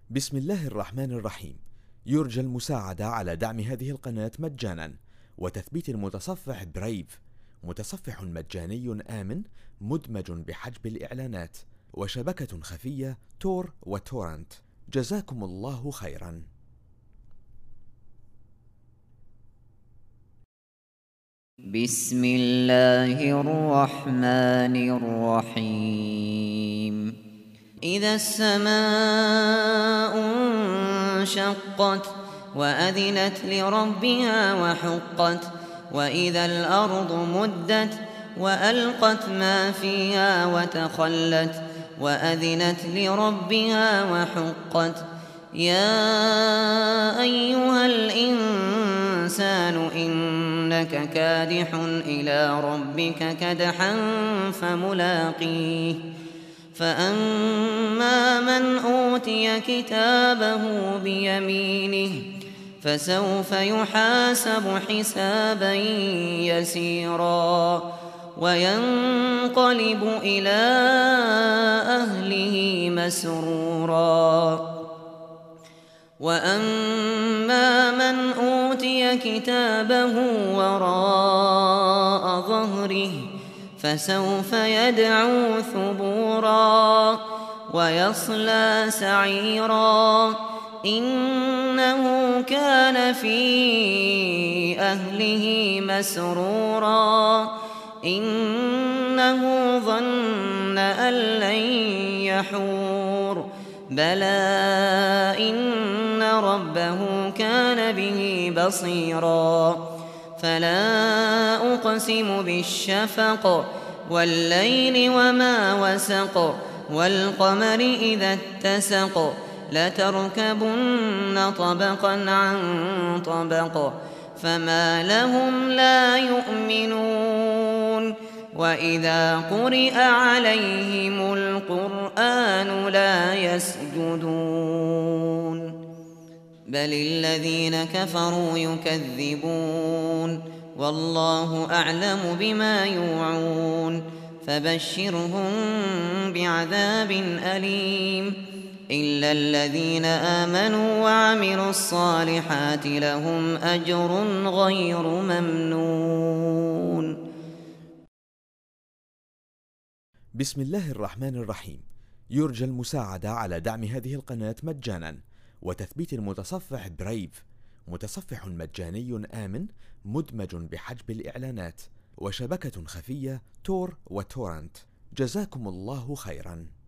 بسم الله الرحمن الرحيم. يرجى المساعدة على دعم هذه القناة مجانا وتثبيت المتصفح برايف، متصفح مجاني آمن مدمج بحجب الإعلانات وشبكة خفية تور وتورنت. جزاكم الله خيرا. بسم الله الرحمن الرحيم. إذا السماء انشقت وأذنت لربها وحقت، وإذا الأرض مدت وألقت ما فيها وتخلت، وأذنت لربها وحقت. يا أيها الإنسان إنك كادح إلى ربك كدحا فملاقيه. فأما من أوتي كتابه بيمينه فسوف يحاسب حسابا يسيرا وينقلب إلى أهله مسرورا. وأما من أوتي كتابه وراء ظهره فسوف يدعو ثبورا ويصلى سعيرا، إنه كان في أهله مسرورا، إنه ظن أن لن يحور، بلى إن ربه كان به بصيرا. فلا أقسم بالشفق والليل وما وسق، والقمر إذا اتسق، لتركبن طبقا عن طبق، فما لهم لا يؤمنون. وإذا قرئ عليهم القرآن لا يسجدون، بل الذين كفروا يكذبون، والله أعلم بما يوعون. فبشرهم بعذاب أليم، إلا الذين آمنوا وعملوا الصالحات لهم أجر غير ممنون. بسم الله الرحمن الرحيم. يرجى المساعدة على دعم هذه القناة مجانا وتثبيت المتصفح برايف، متصفح مجاني آمن مدمج بحجب الإعلانات وشبكة خفية تور وتورنت. جزاكم الله خيرا.